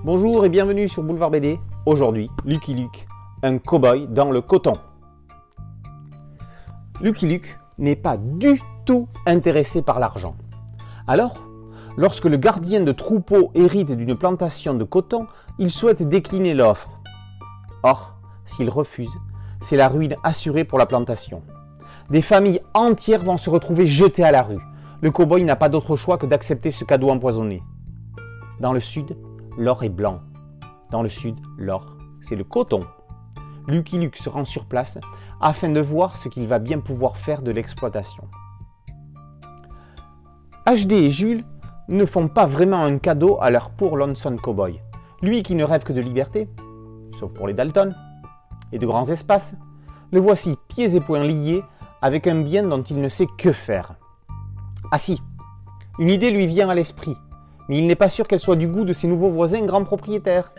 Bonjour et bienvenue sur Boulevard BD. Aujourd'hui, Lucky Luke, un cow-boy dans le coton. Lucky Luke n'est pas du tout intéressé par l'argent. Alors, lorsque le gardien de troupeau hérite d'une plantation de coton, il souhaite décliner l'offre. Or, s'il refuse, c'est la ruine assurée pour la plantation. Des familles entières vont se retrouver jetées à la rue. Le cow-boy n'a pas d'autre choix que d'accepter ce cadeau empoisonné. Dans le sud, l'or est blanc. Dans le sud, l'or, c'est le coton. Lucky Luke se rend sur place afin de voir ce qu'il va bien pouvoir faire de l'exploitation. HD et Jules ne font pas vraiment un cadeau à leur pour lonesome cowboy. Lui qui ne rêve que de liberté, sauf pour les Dalton, et de grands espaces, le voici pieds et poings liés avec un bien dont il ne sait que faire. Ah si, une idée lui vient à l'esprit, mais il n'est pas sûr qu'elle soit du goût de ses nouveaux voisins grands propriétaires.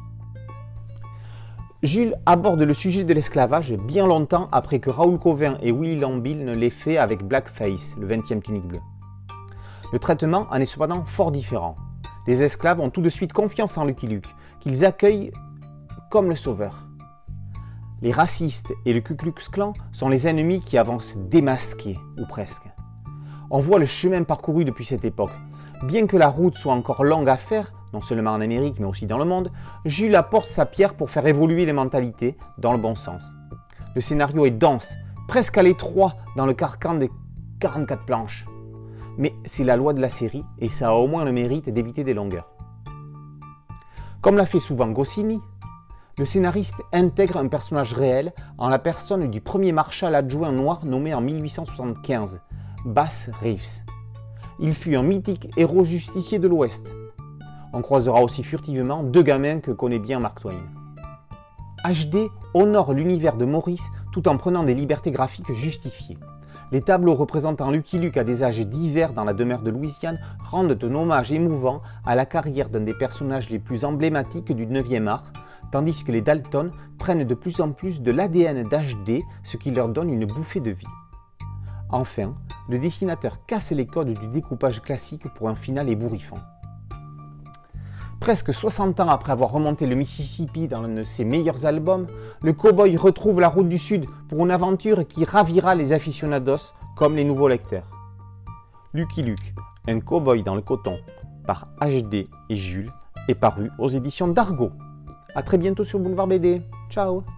Jules aborde le sujet de l'esclavage bien longtemps après que Raoul Cauvin et Willy Lambill ne l'aient fait avec Blackface, le 20e tunique bleue. Le traitement en est cependant fort différent. Les esclaves ont tout de suite confiance en Lucky Luke, qu'ils accueillent comme le sauveur. Les racistes et le Ku Klux Klan sont les ennemis qui avancent démasqués, ou presque. On voit le chemin parcouru depuis cette époque. Bien que la route soit encore longue à faire, non seulement en Amérique mais aussi dans le monde, Jules apporte sa pierre pour faire évoluer les mentalités dans le bon sens. Le scénario est dense, presque à l'étroit dans le carcan des 44 planches. Mais c'est la loi de la série et ça a au moins le mérite d'éviter des longueurs. Comme l'a fait souvent Goscinny, le scénariste intègre un personnage réel en la personne du premier marshal adjoint noir nommé en 1875, Bass Reeves. Il fut un mythique héros justicier de l'Ouest. On croisera aussi furtivement deux gamins que connaît bien Mark Twain. HD honore l'univers de Maurice tout en prenant des libertés graphiques justifiées. Les tableaux représentant Lucky Luke à des âges divers dans la demeure de Louisiane rendent un hommage émouvant à la carrière d'un des personnages les plus emblématiques du 9e art, tandis que les Dalton prennent de plus en plus de l'ADN d'HD, ce qui leur donne une bouffée de vie. Enfin, le dessinateur casse les codes du découpage classique pour un final ébouriffant. Presque 60 ans après avoir remonté le Mississippi dans l'un de ses meilleurs albums, le cow-boy retrouve la route du Sud pour une aventure qui ravira les aficionados comme les nouveaux lecteurs. Lucky Luke, un cow-boy dans le coton, par HD et Jules, est paru aux éditions d'Argo. A très bientôt sur Boulevard BD. Ciao!